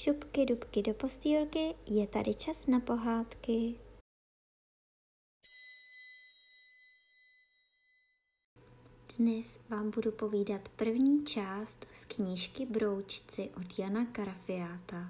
šupky dubky do postýlky, je tady čas na pohádky. Dnes vám budu povídat první část z knížky Broučci od Jana Karafiáta.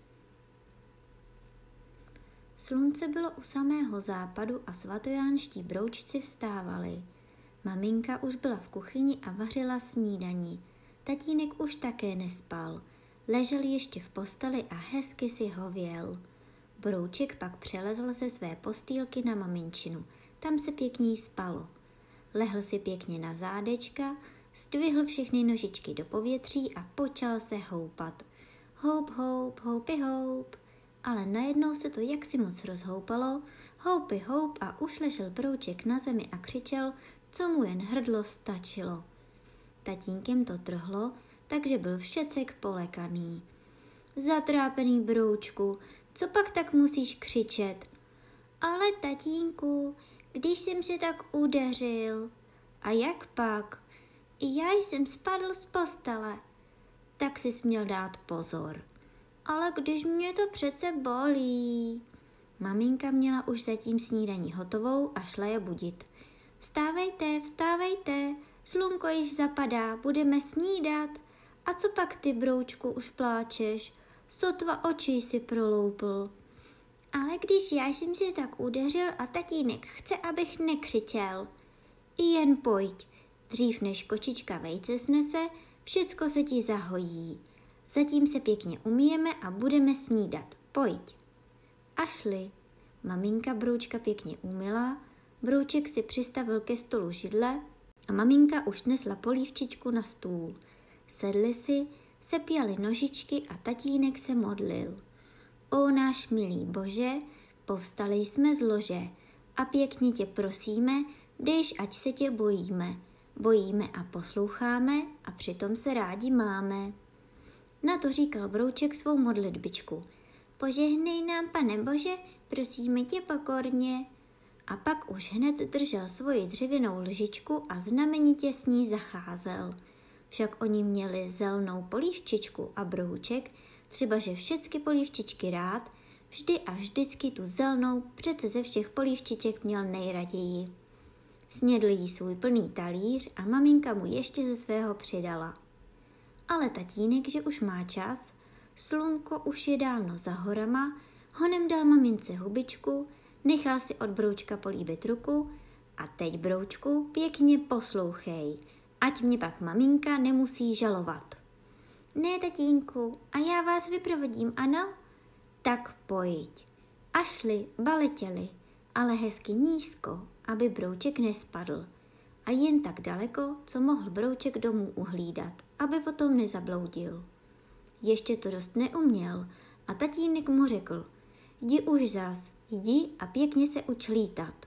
Slunce bylo u samého západu a svatojánští broučci vstávali. Maminka už byla v kuchyni a vařila snídani. Tatínek už také nespal. Ležel ještě v posteli a hezky si hověl. Brouček pak přelezl ze své postýlky na maminčinu. Tam se pěkně spalo. Lehl si pěkně na zádečka, zdvihl všechny nožičky do povětří a počal se houpat. Houp, houp, houpy, houp. Ale najednou se to jaksi moc rozhoupalo, houpy, houp a už ležel Brouček na zemi a křičel, co mu jen hrdlo stačilo. Tatínkem to trhlo, takže byl všecek polekaný. Zatrápený Broučku, co pak tak musíš křičet? Ale tatínku, když jsem se tak udeřil. A jak pak? I já jsem spadl z postele. Tak si směl dát pozor. Ale když mě to přece bolí. Maminka měla už zatím snídaní hotovou a šla je budit. Vstávejte, vstávejte, slunko již zapadá, budeme snídat. A co pak ty, Broučku, už pláčeš? Sotva oči si proloupl. Ale když já jsem se tak udeřil a tatínek chce, abych nekřičel. I jen pojď, dřív než kočička vejce snese, všecko se ti zahojí. Zatím se pěkně umyjeme a budeme snídat. Pojď. A šli. Maminka Broučka pěkně umyla, Brouček si přistavil ke stolu židle a maminka už nesla polívčičku na stůl. Sedli si, sepjali nožičky a tatínek se modlil. O náš milý Bože, povstali jsme z lože a pěkně tě prosíme, dejš, ať se tě bojíme. Bojíme a posloucháme a přitom se rádi máme. Na to říkal Brouček svou modlitbičku. Požehnej nám, Pane Bože, prosíme tě pokorně. A pak už hned držel svoji dřevěnou lžičku a znamenitě s ní zacházel. Však oni měli zelnou polívčičku a Brouček, třeba že všecky polívčičky rád, vždy a vždycky tu zelnou přece ze všech polívčiček měl nejraději. Snědl jí svůj plný talíř a maminka mu ještě ze svého přidala. Ale tatínek, že už má čas, slunko už je dávno za horama, honem dal mamince hubičku, nechal si od Broučka políbit ruku a teď, Broučku, pěkně poslouchej, ať mě pak maminka nemusí žalovat. Ne, tatínku, a já vás vyprovodím, ano? Tak pojď. A šli, baletěli, ale hezky nízko, aby Brouček nespadl. A jen tak daleko, co mohl Brouček domů uhlídat, aby potom nezabloudil. Ještě to dost neuměl a tatínek mu řekl, jdi už zas, jdi a pěkně se uč lítat.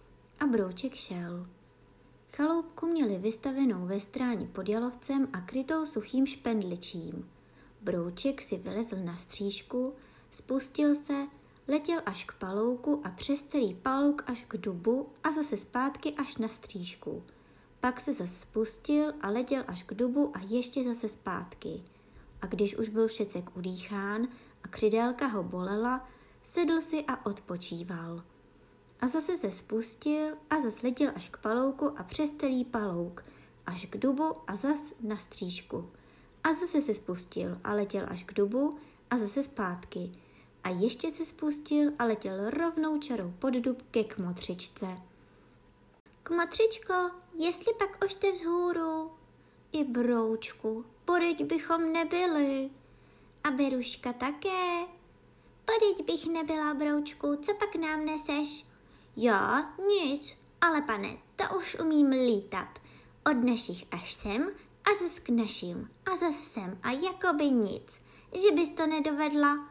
A Brouček šel. Chaloupku měli vystavenou ve stráni pod jalovcem a krytou suchým špendličím. Brouček si vylezl na stříšku, spustil se, letěl až k palouku a přes celý palouk až k dubu a zase zpátky až na stříšku. Pak se zase spustil a letěl až k dubu a ještě zase zpátky. A když už byl všecek udýchán a křidélka ho bolela, sedl si a odpočíval. A zase se spustil a zase letěl až k palouku a přes celý palouk, až k dubu a zase na stříšku. A zase se spustil a letěl až k dubu a zase zpátky. A ještě se spustil a letěl rovnou čarou pod dub ke kmotřičce. Kmotřičko, jestli pak už jste vzhůru? I Broučku, podeď bychom nebyli. A Beruška také. Podeď bych nebyla, Broučku, co pak nám neseš? Já? Nic, ale pane, to už umím lítat. Od našich až sem a zas k našim a zas sem a jakoby nic. Že bys to nedovedla?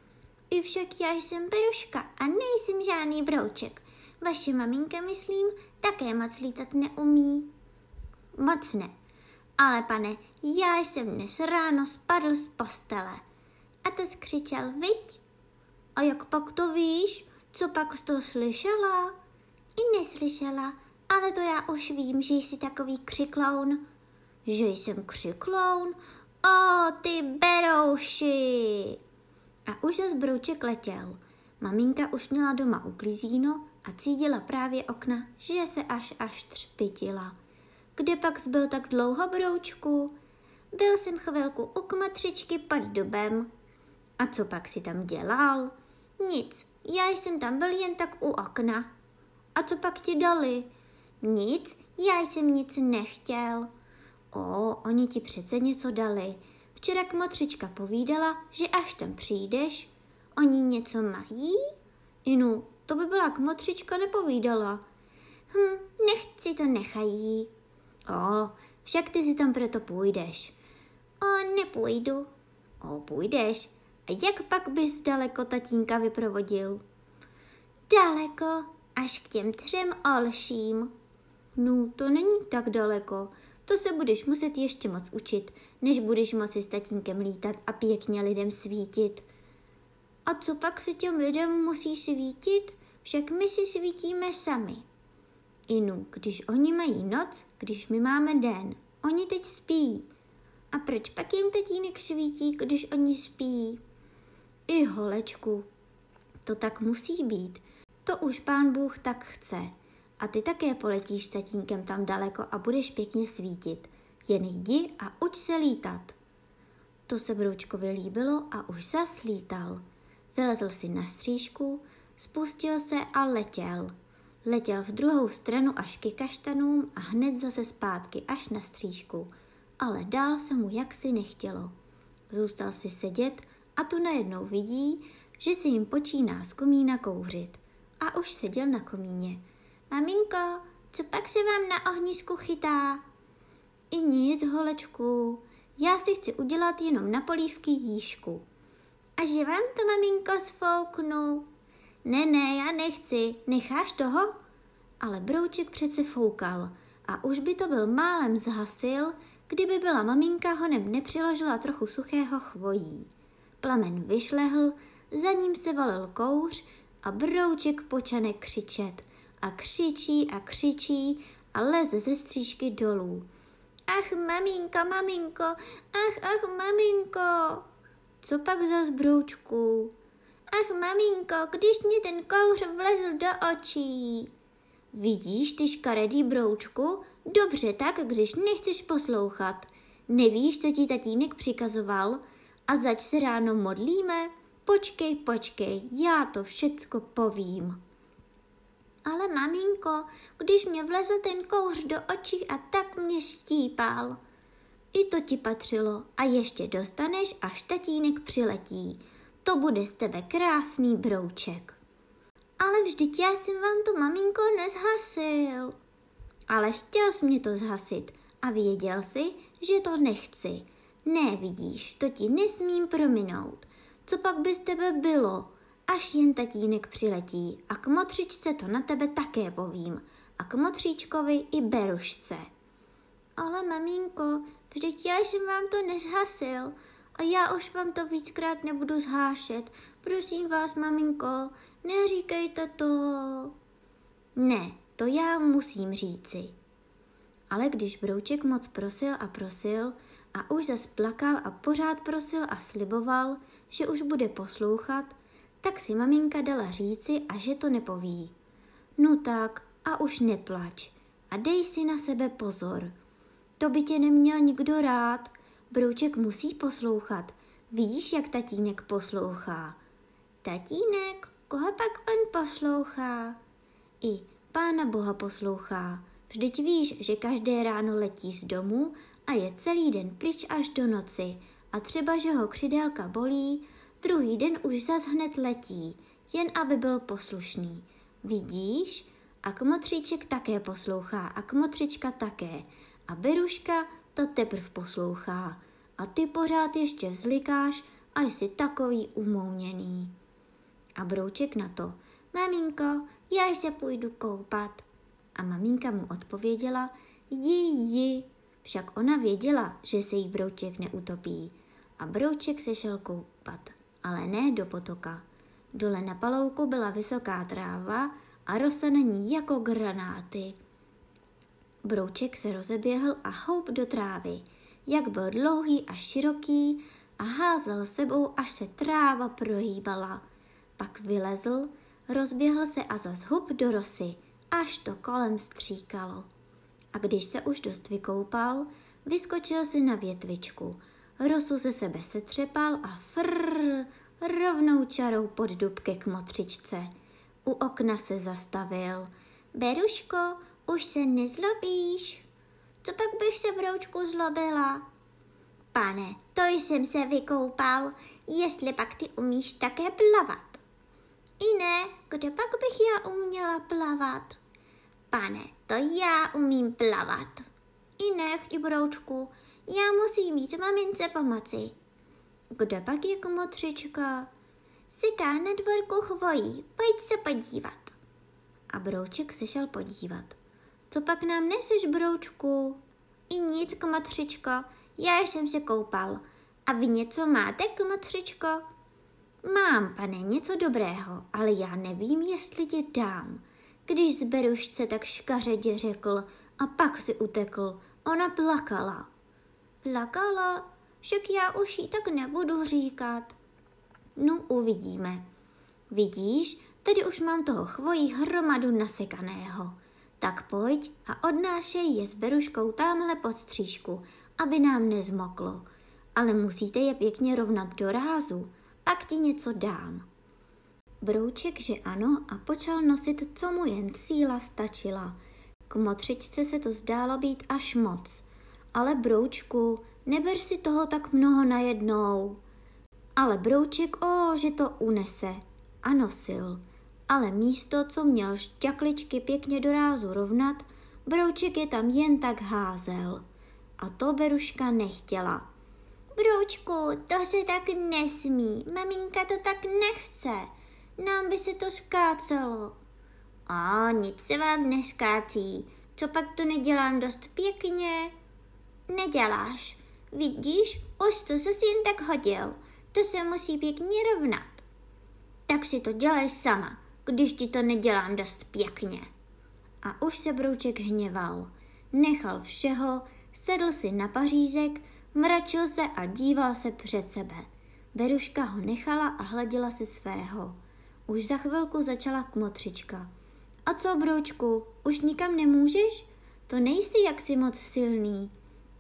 I však já jsem Beruška a nejsem žádný Brouček. Vaše maminka, myslím, také moc lítat neumí. Moc ne. Ale pane, já jsem dnes ráno spadl z postele. A ta skřičel, viď? A jak pak to víš? Co pak jsi to slyšela? I neslyšela, ale to já už vím, že jsi takový křikloun. Že jsem křikloun? O, ty Berouši! A už zas Brouček letěl. Maminka už měla doma uklízíno a cídila právě okna, že se až třpytila. Kde pak zbyl tak dlouho, Broučku? Byl jsem chvilku u kmotřičky pod dubem. A co pak si tam dělal? Nic, já jsem tam byl jen tak u okna. A co pak ti dali? Nic, já jsem nic nechtěl. Oni ti přece něco dali. Včera kmotřička povídala, že až tam přijdeš, oni něco mají? Inu, to by byla kmotřička nepovídala. Nechci, to nechají. Však ty si tam proto půjdeš. Nepůjdu. Půjdeš. A jak pak bys daleko tatínka vyprovodil? Daleko, až k těm 3 olším. No, to není tak daleko. To se budeš muset ještě moc učit, než budeš moci s tatínkem lítat a pěkně lidem svítit. A co pak se těm lidem musí svítit? Však my si svítíme sami. Inu, když oni mají noc, když my máme den. Oni teď spí. A proč pak jim tatínek svítí, když oni spí? I holečku, to tak musí být. To už Pán Bůh tak chce. A ty také poletíš s tatínkem tam daleko a budeš pěkně svítit. Jen jdi a uč se lítat. To se Broučkovi líbilo a už zas lítal. Vylezl si na stříšku, spustil se a letěl. Letěl v druhou stranu až ke kaštanům a hned zase zpátky až na stříšku. Ale dál se mu jaksi nechtělo. Zůstal si sedět a tu najednou vidí, že se jim počíná z komína kouřit. A už seděl na komíně. Maminko, co pak se vám na ohnisku chytá? I nic, holečku. Já si chci udělat jenom na polívky jížku. A že vám to, maminko, sfouknu? Ne, já nechci. Necháš toho? Ale Brouček přece foukal a už by to byl málem zhasil, kdyby byla maminka honem nepřiložila trochu suchého chvojí. Plamen vyšlehl, za ním se valil kouř a Brouček počane křičet. A křičí a leze ze stříšky dolů. Ach, maminko, ach, maminko. Co pak zas, Broučku? Ach, maminko, když mě ten kouř vlezl do očí. Vidíš, ty škaredý, Broučku? Dobře tak, když nechceš poslouchat. Nevíš, co ti tatínek přikazoval? A zač se ráno modlíme? Počkej, já to všecko povím. Ale maminko, když mě vlezl ten kouř do očí a tak mě štípal. I to ti patřilo a ještě dostaneš, až tatínek přiletí. To bude z tebe krásný Brouček. Ale vždyť já jsem vám to, maminko, nezhasil. Ale chtěl jsi mě to zhasit a věděl jsi, že to nechci. Ne, vidíš, to ti nesmím prominout. Co pak by z tebe bylo? Až jen tatínek přiletí a kmotřičce to na tebe také povím a kmotříčkovi i Berušce. Ale maminko, vždyť já jsem vám to nezhasil a já už vám to víckrát nebudu zhášet. Prosím vás, maminko, neříkejte to. Ne, to já musím říci. Ale když Brouček moc prosil a už zas plakal a pořád prosil a sliboval, že už bude poslouchat, tak si maminka dala říci a že to nepoví. No tak a už neplač a dej si na sebe pozor. To by tě neměl nikdo rád. Brouček musí poslouchat. Vidíš, jak tatínek poslouchá. Tatínek? Koho pak on poslouchá? I Pána Boha poslouchá. Vždyť víš, že každé ráno letí z domu a je celý den pryč až do noci. A třeba, že ho křidélka bolí, druhý den už zas hned letí, jen aby byl poslušný. Vidíš? A kmotříček také poslouchá a kmotřička také. A Beruška to teprv poslouchá. A ty pořád ještě vzlikáš a jsi takový umouněný. A Brouček na to. Maminko, já se půjdu koupat. A maminka mu odpověděla, jdi. Však ona věděla, že se jí Brouček neutopí. A Brouček se šel koupat, ale ne do potoka. Dole na palouku byla vysoká tráva a rosa na ní jako granáty. Brouček se rozeběhl a houp do trávy, jak byl dlouhý a široký a házel sebou, až se tráva prohýbala. Pak vylezl, rozběhl se a zas hup do rosy, až to kolem stříkalo. A když se už dost vykoupal, vyskočil si na větvičku, rosu ze sebe setřepal a frrr, rovnou čarou pod dubky k motřičce. U okna se zastavil. Beruško, už se nezlobíš? Co pak bych se, broučku, zlobila? Pane, to jsem se vykoupal, jestli pak ty umíš také plavat. I ne, kde pak bych já uměla plavat? Pane, to já umím plavat. I nechť, broučku, já musím jít mamince pomoci. Kde pak je kmotřička? Seká na dvorku chvojí, pojď se podívat. A brouček se šel podívat. Co pak nám neseš, broučku? I nic, kmotřičko, já jsem se koupal. A vy něco máte, kmotřičko? Mám, pane, něco dobrého, ale já nevím, jestli ti dám. Když z Berušce tak škaředě řekl a pak si utekl, ona plakala. Plakala? Však já už jí tak nebudu říkat. No, uvidíme. Vidíš, tady už mám toho chvojí hromadu nasekaného. Tak pojď a odnášej je s Beruškou tamhle pod střížku, aby nám nezmoklo. Ale musíte je pěkně rovnat do rázu, pak ti něco dám. Brouček, že ano, a počal nosit, co mu jen síla stačila. Kmotřičce se to zdálo být až moc. Ale broučku, neber si toho tak mnoho najednou. Ale brouček, že to unese. A nosil. Ale místo, co měl šťakličky pěkně do rázu rovnat, brouček je tam jen tak házel. A to Beruška nechtěla. Broučku, to se tak nesmí, maminka to tak nechce, nám by se to skácelo. Nic se vám neskácí, co pak to nedělám dost pěkně? Neděláš, vidíš, už to zase jen tak hodil, to se musí pěkně rovnat. Tak si to dělej sama, když ti to nedělám dost pěkně. A už se brouček hněval, nechal všeho, sedl si na pařízek, mračil se a díval se před sebe. Beruška ho nechala a hleděla si svého. Už za chvilku začala kmotřička. A co, broučku, už nikam nemůžeš? To nejsi jaksi moc silný.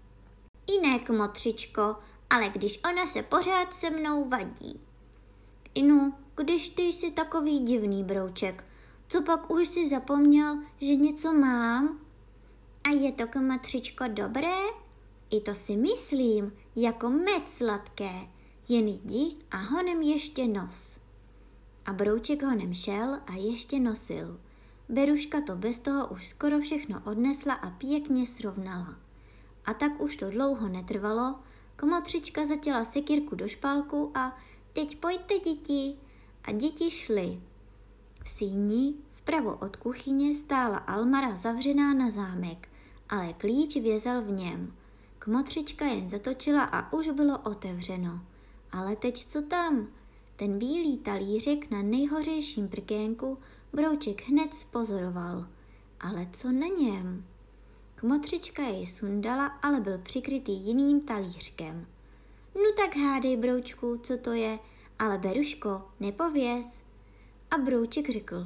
I ne, kmotřičko, ale když ona se pořád se mnou vadí. Inu, když ty jsi takový divný, brouček, co pak už si zapomněl, že něco mám? A je to, kmotřičko, dobré? I to si myslím, jako med sladké, jen jdi a honem ještě nos. A brouček honem šel a ještě nosil. Beruška to bez toho už skoro všechno odnesla a pěkně srovnala. A tak už to dlouho netrvalo, kmotřička zatěla sekírku do špalku a teď pojďte, děti. A děti šly. V síni, vpravo od kuchyně, stála almara zavřená na zámek, ale klíč vězel v něm. Kmotřička jen zatočila a už bylo otevřeno. Ale teď co tam? Ten bílý talířek na nejhořejším prkénku brouček hned spozoroval. Ale co na něm? Kmotřička jej sundala, ale byl přikrytý jiným talířkem. No tak hádej, broučku, co to je, ale Beruško, nepověz. A brouček řekl,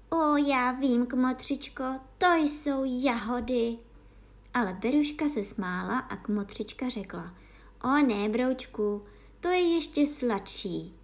já vím, kmotřičko, to jsou jahody. Ale Beruška se smála a kmotřička řekla, ne, broučku, to je ještě sladší.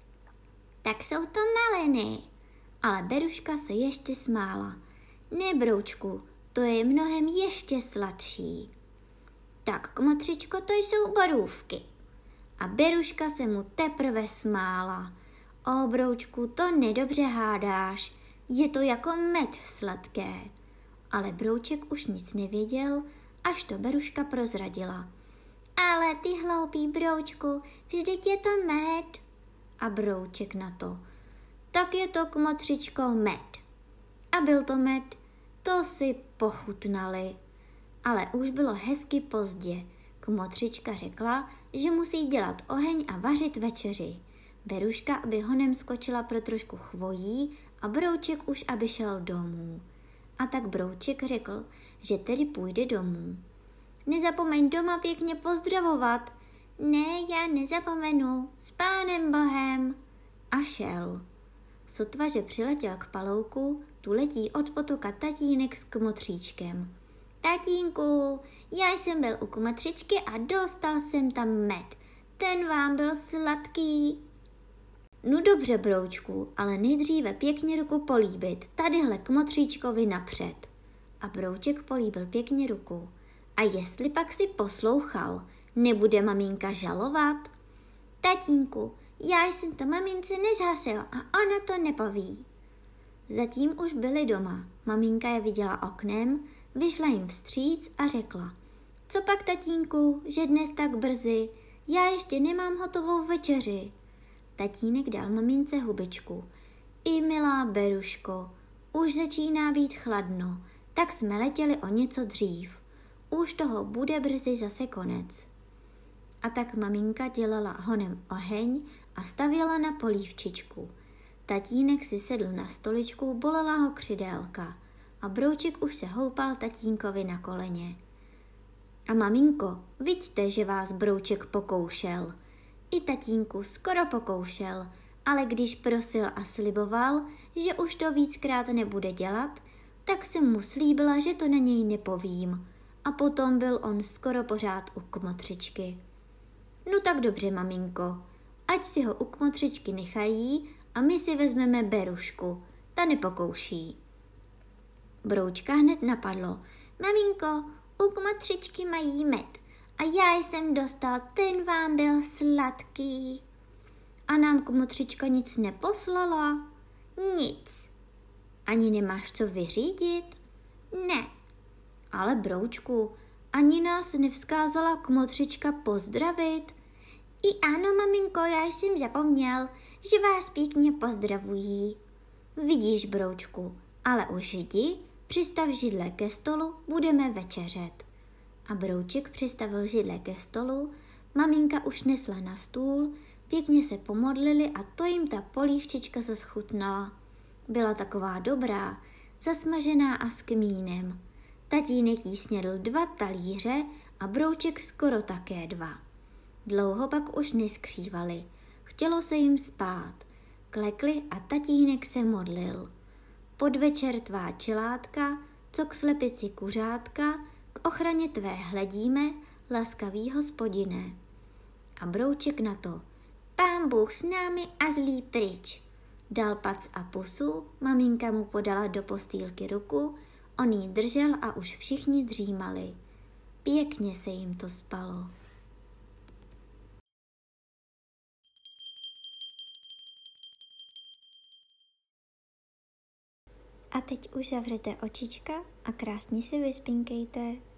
Tak jsou to maliny. Ale Beruška se ještě smála. Ne, broučku, to je mnohem ještě sladší. Tak, kmotřičko, to jsou borůvky. A Beruška se mu teprve smála. Broučku, to nedobře hádáš, je to jako med sladké. Ale brouček už nic nevěděl, až to Beruška prozradila. Ale ty hloupý, broučku, vždyť je to med. A brouček na to. Tak je to, kmotřičko, med. A byl to med, to si pochutnali. Ale už bylo hezky pozdě. Kmotřička řekla, že musí dělat oheň a vařit večeři. Beruška, aby honem skočila pro trošku chvojí a brouček už, aby šel domů. A tak brouček řekl, že tedy půjde domů. Nezapomeň doma pěkně pozdravovat. Ne, já nezapomenu, s Pánem Bohem. A šel. Sotva, že přiletěl k palouku, tu letí od potoka tatínek s kmotříčkem. Tatínku, já jsem byl u kmotřičky a dostal jsem tam med. Ten vám byl sladký. No dobře, broučku, ale nejdříve pěkně ruku políbit, tadyhle kmotříčkovi napřed. A brouček políbil pěkně ruku. A jestli pak si poslouchal, nebude maminka žalovat? Tatínku, já jsem to mamince nezhasil a ona to nepoví. Zatím už byli doma. Maminka je viděla oknem, vyšla jim vstříc a řekla: Co pak, tatínku, že dnes tak brzy? Já ještě nemám hotovou večeři. Tatínek dal mamince hubičku. I milá Beruško, už začíná být chladno, tak jsme letěli o něco dřív. Už toho bude brzy zase konec. A tak maminka dělala honem oheň a stavěla na polívčičku. Tatínek si sedl na stoličku, bolela ho křidélka a brouček už se houpal tatínkovi na koleně. A maminko, viďte, že vás brouček pokoušel. I tatínku skoro pokoušel, ale když prosil a sliboval, že už to víckrát nebude dělat, tak jsem mu slíbila, že to na něj nepovím. A potom byl on skoro pořád u kmotřičky. No tak dobře, maminko, ať si ho u kmotřičky nechají a my si vezmeme Berušku, ta nepokouší. Broučka hned napadlo: Maminko, u kmotřičky mají med a já jsem dostal, ten vám byl sladký. A nám kmotřička nic neposlala? Nic. Ani nemáš co vyřídit? Ne. Ale broučku, ani nás nevzkázala kmotřička pozdravit? I ano, maminko, já jsem zapomněl, že vás pěkně pozdravují. Vidíš, broučku, ale už jdi, přistav židle ke stolu, budeme večeřet. A brouček přistavil židle ke stolu, maminka už nesla na stůl, pěkně se pomodlili a to jim ta polívčička zaschutnala. Byla taková dobrá, zasmažená a s kmínem. Tatínek jí snědl 2 talíře a brouček skoro také 2. Dlouho pak už neskřívali. Chtělo se jim spát. Klekli a tatínek se modlil. Podvečer tvá čelátka, co k slepici kuřátka, k ochraně tvé hledíme, laskavý Hospodine. A brouček na to: Pán Bůh s námi a zlý pryč. Dal pac a pusu, maminka mu podala do postýlky ruku, on jí držel a už všichni dřímali. Pěkně se jim to spalo. A teď už zavřete očička a krásně si vyspinkejte.